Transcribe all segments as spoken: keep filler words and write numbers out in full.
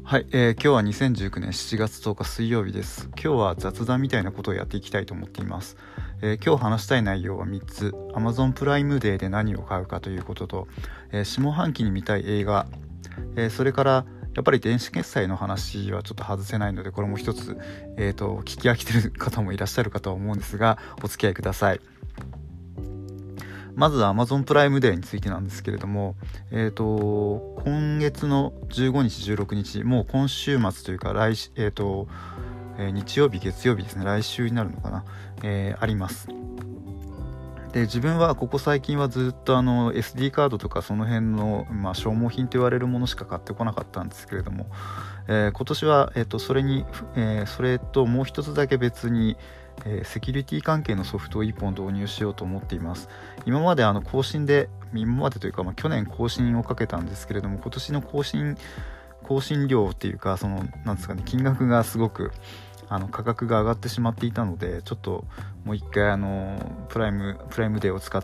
はい、えー、今日はにせんじゅうきゅうねんしちがつとおか水曜日です。今日は雑談みたいなことをやっていきたいと思っています。えー、今日話したい内容はみっつ。 Amazon プライムデーで何を買うかということと、えー、下半期に見たい映画、えー、それからやっぱり電子決済の話はちょっと外せないので、これも一つ、えーと、聞き飽きてる方もいらっしゃるかとは思うんですが、お付き合いください。まずは Amazon プライムデーについてなんですけれども、えーと、今月のじゅうごにちじゅうろくにち、もう今週末というか来、えーとえー、日曜日月曜日ですね、来週になるのかな、えー、あります。で、自分はここ最近はずっとあの エスディー カードとかその辺の、まあ、消耗品と言われるものしか買ってこなかったんですけれども、えー、今年は、えーと、それに、えー、それともう一つだけ別にえー、セキュリティ関係のソフトをいっぽん導入しようと思っています。今まであの更新で今までというか、まあ、去年更新をかけたんですけれども、今年の更新更新料っていうか、そのなんですかね、金額がすごくあの価格が上がってしまっていたので、ちょっともう一回あのプライムプライムデーを使って、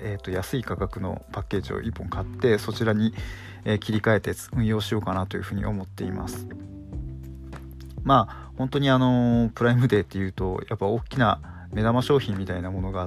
えー、と安い価格のパッケージをいっぽん買って、そちらに、えー、切り替えて運用しようかなというふうに思っています。まあ本当にあのプライムデーっていうとやっぱ大きな目玉商品みたいなものがあって、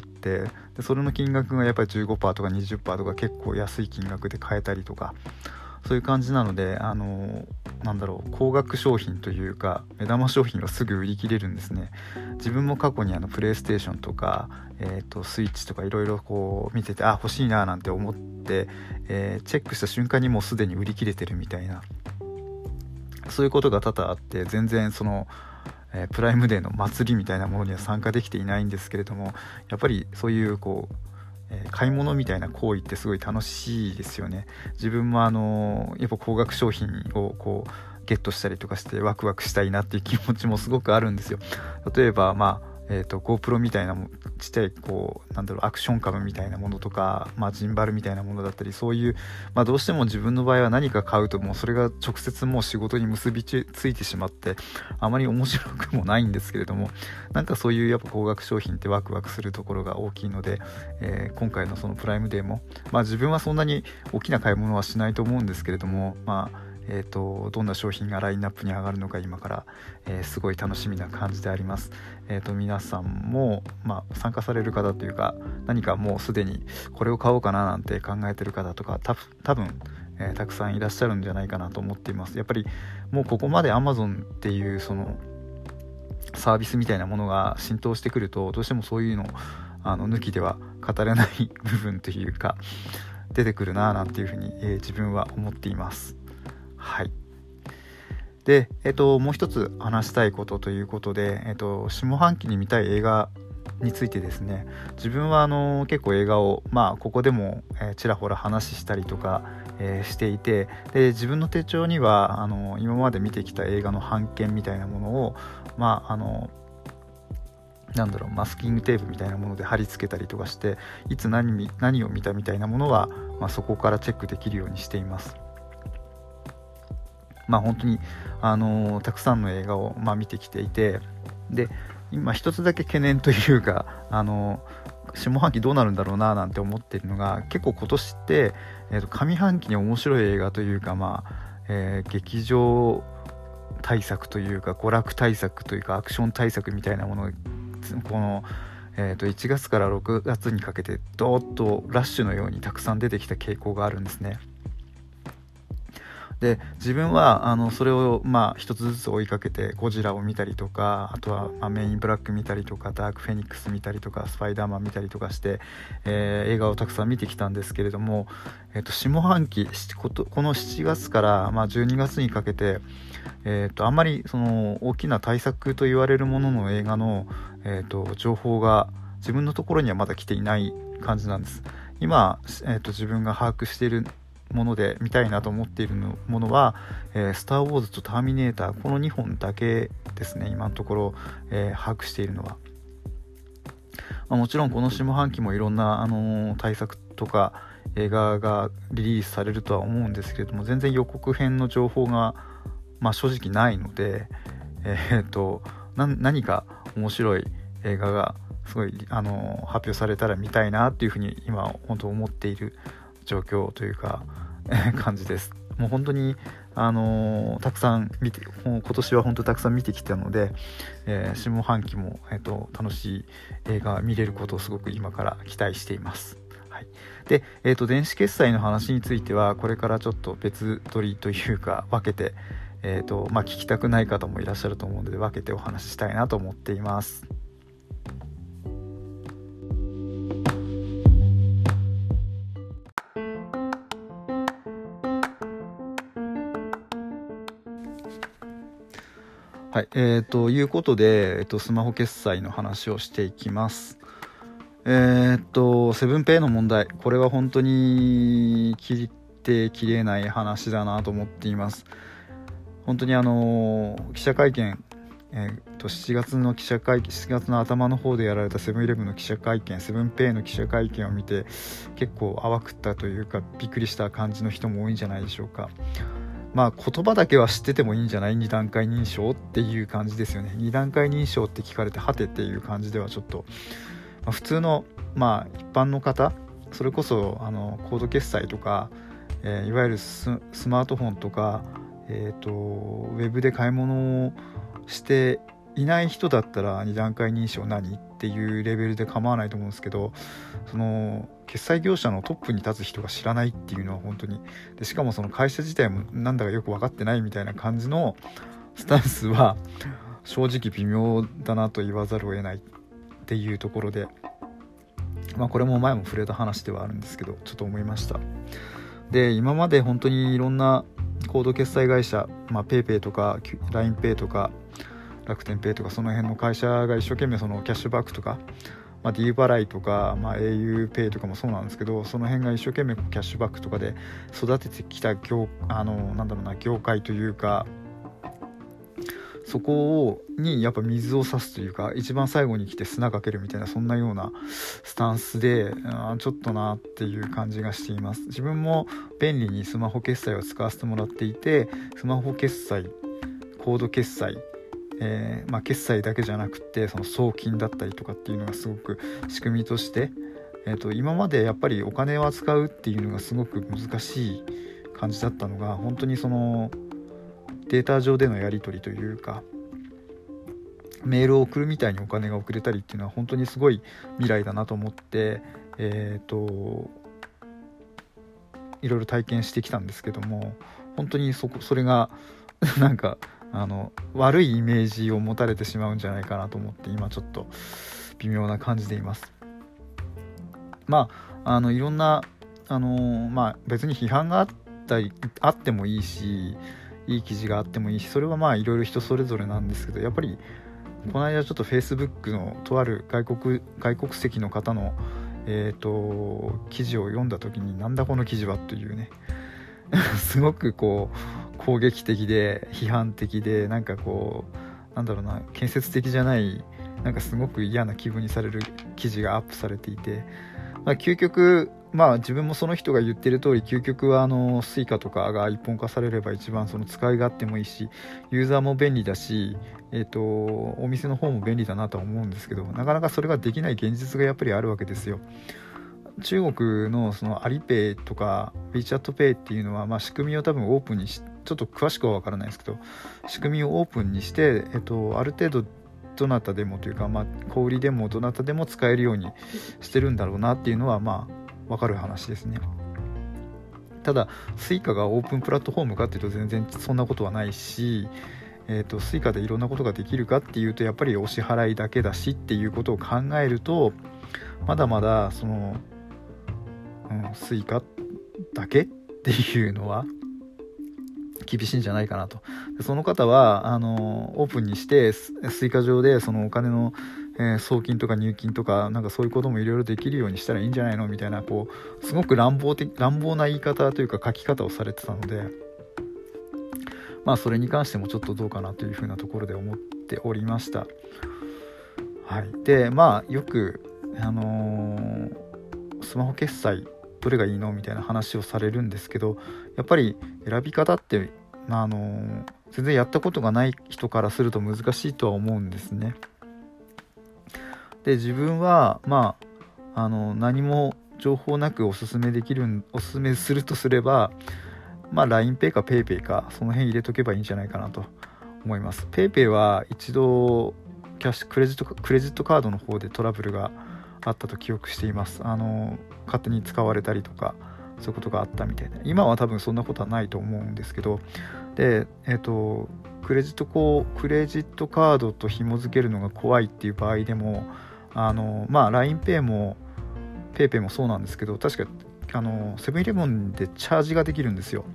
でそれの金額がやっぱり じゅうごパーセント とか にじゅっパーセント とか結構安い金額で買えたりとか、そういう感じなので、あのなんだろう高額商品というか目玉商品がすぐ売り切れるんですね。自分も過去にあのプレイステーションとか、えー、とスイッチとかいろいろこう見てて、あ欲しいななんて思って、えー、チェックした瞬間にもうすでに売り切れてるみたいな、そういうことが多々あって、全然その、えー、プライムデーの祭りみたいなものには参加できていないんですけれども、やっぱりそういうこう、えー、買い物みたいな行為ってすごい楽しいですよね。自分もあのー、やっぱ高額商品をこうゲットしたりとかしてワクワクしたいなっていう気持ちもすごくあるんですよ。例えばまあえー、と GoPro みたいなもちっちゃいこうなんだろうアクションカムみたいなものとか、まあ、ジンバルみたいなものだったり、そういう、まあ、どうしても自分の場合は何か買うともうそれが直接もう仕事に結びついてしまってあまり面白くもないんですけれども、なんかそういうやっぱ高額商品ってワクワクするところが大きいので、えー、今回のそのプライムデーも、まあ、自分はそんなに大きな買い物はしないと思うんですけれども、まあえーと、どんな商品がラインナップに上がるのか今から、えー、すごい楽しみな感じであります。えーと、皆さんも、まあ、参加される方というか、何かもうすでにこれを買おうかななんて考えてる方とかた多分、えー、たくさんいらっしゃるんじゃないかなと思っています。やっぱりもうここまで Amazon っていうそのサービスみたいなものが浸透してくると、どうしてもそういうのあの抜きでは語れない部分というか出てくるななんていうふうに、えー、自分は思っています。はい。で、えっと、もう一つ話したいことということで、えっと、下半期に見たい映画についてですね、自分はあの結構映画を、まあ、ここでも、えー、ちらほら話したりとか、えー、していて、で自分の手帳にはあの今まで見てきた映画の版権みたいなものを、まあ、あのなんだろうマスキングテープみたいなもので貼り付けたりとかして、いつ 何, 何を見たみたいなものは、まあ、そこからチェックできるようにしています。まあ本当に、あのー、たくさんの映画を、まあ、見てきていて、で今一つだけ懸念というか、あのー、下半期どうなるんだろうななんて思っているのが、結構今年って、えーと、上半期に面白い映画というか、まあえー、劇場対策というか娯楽対策というかアクション対策みたいなものがこの、えー、といちがつからろくがつにかけてドーッとラッシュのようにたくさん出てきた傾向があるんですね。で自分はあのそれをまあ一つずつ追いかけてゴジラを見たりとか、あとはまあメインブラック見たりとか、ダークフェニックス見たりとか、スパイダーマン見たりとかして、えー、映画をたくさん見てきたんですけれども、えー、と下半期このしちがつからまあじゅうにがつにかけて、えー、とあんまりその大きな対策と言われるものの映画の、えー、と情報が自分のところにはまだ来ていない感じなんです。今、えー、と自分が把握しているもので見たいなと思っているのものは、えー、スター・ウォーズとターミネーター、このにほんだけですね、今のところ、えー、把握しているのは。まあ、もちろんこの下半期もいろんな、あのー、対策とか映画がリリースされるとは思うんですけれども、全然予告編の情報が、まあ、正直ないので、えー、っとな何か面白い映画がすごい、あのー、発表されたら見たいなっていうふうに今本当思っている状況というか感じです。 もう本当にあのー、たくさん見て今年は本当にたくさん見てきたので、えー、下半期も、えーと、楽しい映画見れることをすごく今から期待しています。はい、で、えーと、電子決済の話についてはこれからちょっと別撮りというか分けて、えーとまあ、聞きたくない方もいらっしゃると思うので分けてお話ししたいなと思っています。はい、えー、ということで、えー、とスマホ決済の話をしていきます。えー、とセブンペイの問題、これは本当に切って切れない話だなと思っています。本当にあの記者会見、えー、としちがつの記者会見しちがつの頭の方でやられたセブンイレブンの記者会見、セブンペイの記者会見を見て結構淡くったというかびっくりした感じの人も多いんじゃないでしょうか。まあ言葉だけは知っててもいいんじゃない、に段階認証っていう感じですよね。に段階認証って聞かれてはてっていう感じではちょっと、まあ、普通のまあ一般の方、それこそあのコード決済とか、えー、いわゆる ス, スマートフォンとか、えーと、ウェブで買い物をしていない人だったらに段階認証何っていうレベルで構わないと思うんですけど、その決済業者のトップに立つ人が知らないっていうのは本当にで、しかもその会社自体もなんだかよく分かってないみたいな感じのスタンスは正直微妙だなと言わざるを得ないっていうところで、まあこれも前も触れた話ではあるんですけど、ちょっと思いました。で、今まで本当にいろんなコード決済会社、まあ、PayPay とか ラインペイ とか楽天ペイとかその辺の会社が一生懸命そのキャッシュバックとか、まあ、D 払いとか、まあ、auPay とかもそうなんですけど、その辺が一生懸命キャッシュバックとかで育ててきた業、あのなんだろうな業界というか、そこをにやっぱ水を差すというか、一番最後に来て砂かけるみたいな、そんなようなスタンスで、あちょっとなっていう感じがしています。自分も便利にスマホ決済を使わせてもらっていて、スマホ決済、コード決済、えーまあ、決済だけじゃなくてその送金だったりとかっていうのがすごく仕組みとして、えーと、今までやっぱりお金を扱うっていうのがすごく難しい感じだったのが、本当にそのデータ上でのやり取りというか、メールを送るみたいにお金が送れたりっていうのは本当にすごい未来だなと思って、えーといろいろ体験してきたんですけども、本当にそこそれがなんかあの悪いイメージを持たれてしまうんじゃないかなと思って、今ちょっと微妙な感じでいます。まああのいろんなあのまあ別に批判があったりあってもいいし、いい記事があってもいいし、それはまあいろいろ人それぞれなんですけど、やっぱりこの間ちょっと Facebook のとある外国外国籍の方のえーと記事を読んだ時に、なんだこの記事はというねすごくこう攻撃的で批判的で、なんかこうなんだろうな建設的じゃない、なんかすごく嫌な気分にされる記事がアップされていて、まあ、究極まあ自分もその人が言ってる通り、究極はあのスイカとかが一本化されれば一番その使い勝手もいいし、ユーザーも便利だし、えーとお店の方も便利だなとは思うんですけど、なかなかそれができない現実がやっぱりあるわけですよ。中国のそのアリペイとか WeChat Pay っていうのは、まあ仕組みを多分オープンにし、ちょっと詳しくは分からないですけど、仕組みをオープンにして、えっと、ある程度どなたでもというか、まあ、小売りでもどなたでも使えるようにしてるんだろうなっていうのはまあ分かる話ですね。ただスイカがオープンプラットフォームかっていうと全然そんなことはないし、えーと、スイカでいろんなことができるかっていうとやっぱりお支払いだけだしっていうことを考えると、まだまだその、うん、スイカだけっていうのは厳しいんじゃないかなと。でその方はあのオープンにしてスイカ上でそのお金の、えー、送金とか入金とかなんかそういうこともいろいろできるようにしたらいいんじゃないのみたいな、こうすごく乱暴的乱暴な言い方というか書き方をされてたので、まあそれに関してもちょっとどうかなというふうなところで思っておりました。はい。でまあよくあのー、スマホ決済どれがいいのみたいな話をされるんですけど、やっぱり選び方って、あのー、全然やったことがない人からすると難しいとは思うんですね。で自分はまああの何も情報なくおすすめできるおすすめするとすれば、 まあ ラインペイ か PayPay かその辺入れとけばいいんじゃないかなと思います。 PayPay は一度キャッシュクレジットクレジットカードの方でトラブルがあったと記憶しています。あの勝手に使われたりとかそういうことがあったみたいで、今は多分そんなことはないと思うんですけど、でえっ、ー、とクレジットこうクレジットカードと紐付けるのが怖いっていう場合でも、あのまあ ラインペイ も PayPay もそうなんですけど、確かあのセブンイレブンでチャージができるんですよ。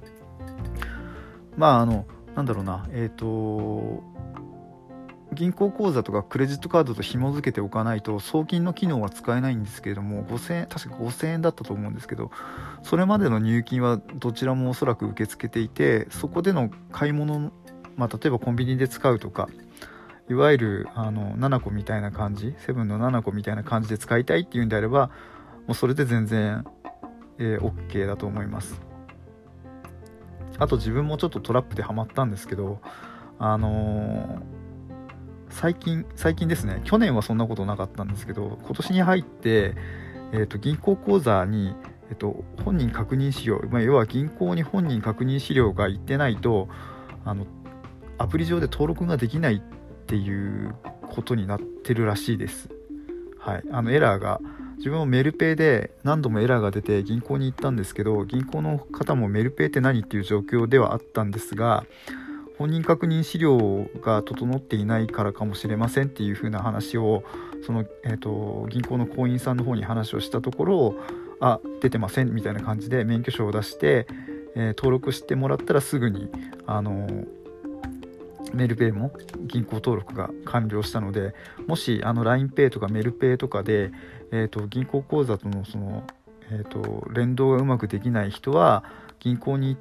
まああのなんだろうなえっ、ー、と銀行口座とかクレジットカードと紐付けておかないと送金の機能は使えないんですけれども、ごせんえん確かごせんえんだったと思うんですけど、それまでの入金はどちらもおそらく受け付けていて、そこでの買い物、まあ、例えばコンビニで使うとか、いわゆるあのななこみたいな感じ、セブンのななこみたいな感じで使いたいっていうんであれば、もうそれで全然、えー、OK だと思います。あと自分もちょっとトラップでハマったんですけど、あのー最近最近ですね、去年はそんなことなかったんですけど、今年に入って、えー、と銀行口座に、えー、と本人確認資料、まあ、要は銀行に本人確認資料がいってないと、あのアプリ上で登録ができないっていうことになってるらしいです。はい、あのエラーが、自分もメルペイで何度もエラーが出て銀行に行ったんですけど、銀行の方もメルペイって何っていう状況ではあったんですが、本人確認資料が整っていないからかもしれませんっていう風な話をその、えーと、銀行の行員さんの方に話をしたところ、あ出てませんみたいな感じで免許証を出して、えー、登録してもらったらすぐにあのメルペイも銀行登録が完了したので、もしあの ラインペイ とかメルペイとかで、えーと、銀行口座とのその、えーと、連動がうまくできない人は銀行に行って、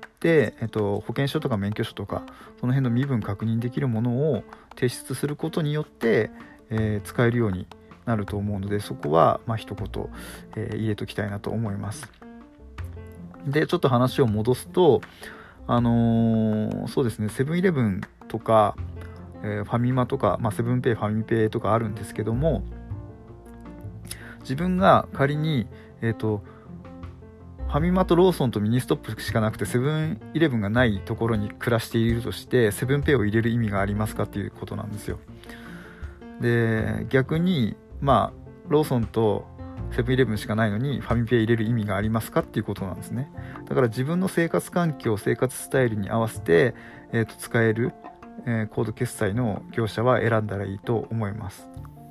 えっと、保険証とか免許証とかその辺の身分確認できるものを提出することによって、えー、使えるようになると思うので、そこはまあ一言、えー、入れときたいなと思います。でちょっと話を戻すと、あのー、そうですね、セブンイレブンとか、えー、ファミマとか、まあ、セブンペイファミペイとかあるんですけども、自分が仮にえっとファミマとローソンとミニストップしかなくてセブンイレブンがないところに暮らしているとして、セブンペイを入れる意味がありますかっていうことなんですよ。で逆にまあローソンとセブンイレブンしかないのにファミペイ入れる意味がありますかっていうことなんですね。だから自分の生活環境生活スタイルに合わせて、えー、と使える、えー、コード決済の業者は選んだらいいと思います。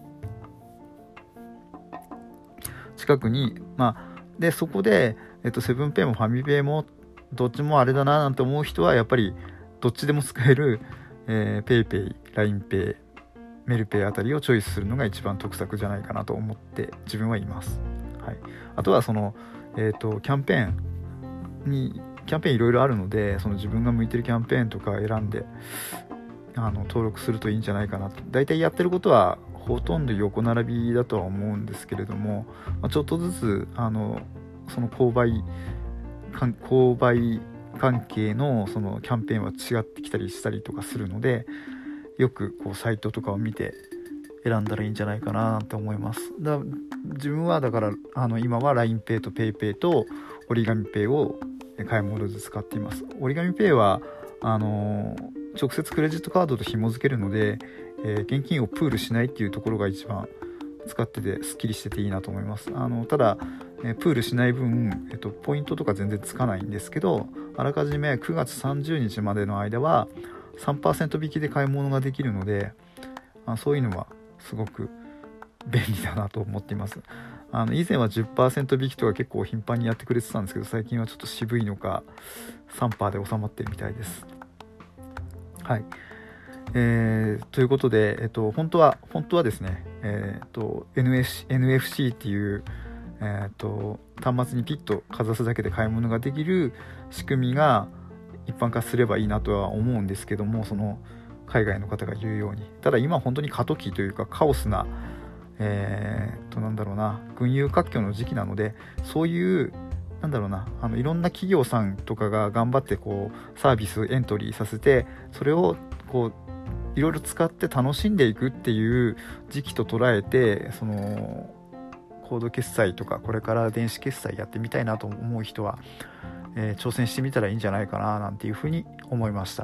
近くにまあでそこでえっと、セブンペイもファミペイもどっちもあれだななんて思う人はやっぱりどっちでも使える、えー、ペイペイ、ラインペイ、メルペイあたりをチョイスするのが一番得策じゃないかなと思って自分はいます。はい、あとはその、えーと、キャンペーンにキャンペーンいろいろあるので、その自分が向いてるキャンペーンとか選んであの登録するといいんじゃないかなと。大体やってることはほとんど横並びだとは思うんですけれども、まあ、ちょっとずつあのその購買購買関係のそのキャンペーンは違ってきたりしたりとかするので、よくこうサイトとかを見て選んだらいいんじゃないかなって思います。だ自分はだからあの今は ラインペイ と PayPay と折り紙ペイを買い物で使っています。折り紙ペイはあの直接クレジットカードと紐付けるので、えー、現金をプールしないっていうところが一番使っててスッキリしてていいなと思います。あのただえプールしない分、えっと、ポイントとか全然つかないんですけど、あらかじめくがつさんじゅうにちまでの間は さんパーセント 引きで買い物ができるので、あそういうのはすごく便利だなと思っています。あの以前は じゅっパーセント 引きとか結構頻繁にやってくれてたんですけど、最近はちょっと渋いのか さんパーセント で収まってるみたいです。はい、えー、ということで、えっと、本当は本当はですね、えー、っと エヌエフシー っていうえー、と端末にピッとかざすだけで買い物ができる仕組みが一般化すればいいなとは思うんですけども、その海外の方が言うように、ただ今本当に過渡期というかカオスな、えー、となんだろうな群雄割拠の時期なので、そういうなんだろうなあのいろんな企業さんとかが頑張ってこうサービスエントリーさせて、それをこういろいろ使って楽しんでいくっていう時期と捉えて、そのコード決済とかこれから電子決済やってみたいなと思う人はえー、挑戦してみたらいいんじゃないかななんていうふうに思いました。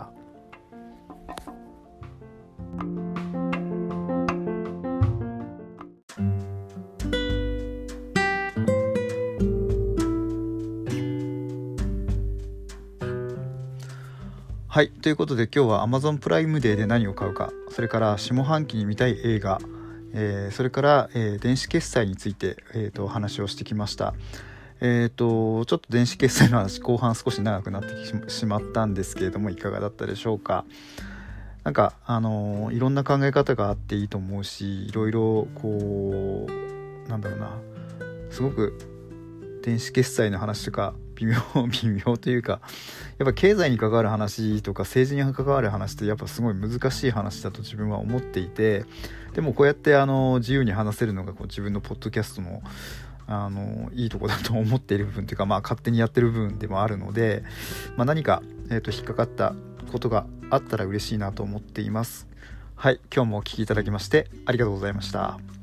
はい、ということで今日は Amazon プライムデーで何を買うか、それから下半期に見たい映画、えー、それから、えー、電子決済について、えー、と話をしてきました。えー、とちょっと電子決済の話後半少し長くなってきてしまったんですけれども、いかがだったでしょうか。なんかあのー、いろんな考え方があっていいと思うし、いろいろこうなんだろうな、すごく電子決済の話とか微妙微妙というか、やっぱ経済に関わる話とか政治に関わる話ってやっぱすごい難しい話だと自分は思っていて、でもこうやってあの自由に話せるのがこう自分のポッドキャストのあのいいとこだと思っている部分というか、まあ勝手にやってる部分でもあるので、まあ、何か、えーと引っかかったことがあったら嬉しいなと思っています。はい、今日もお聞きいただきましてありがとうございました。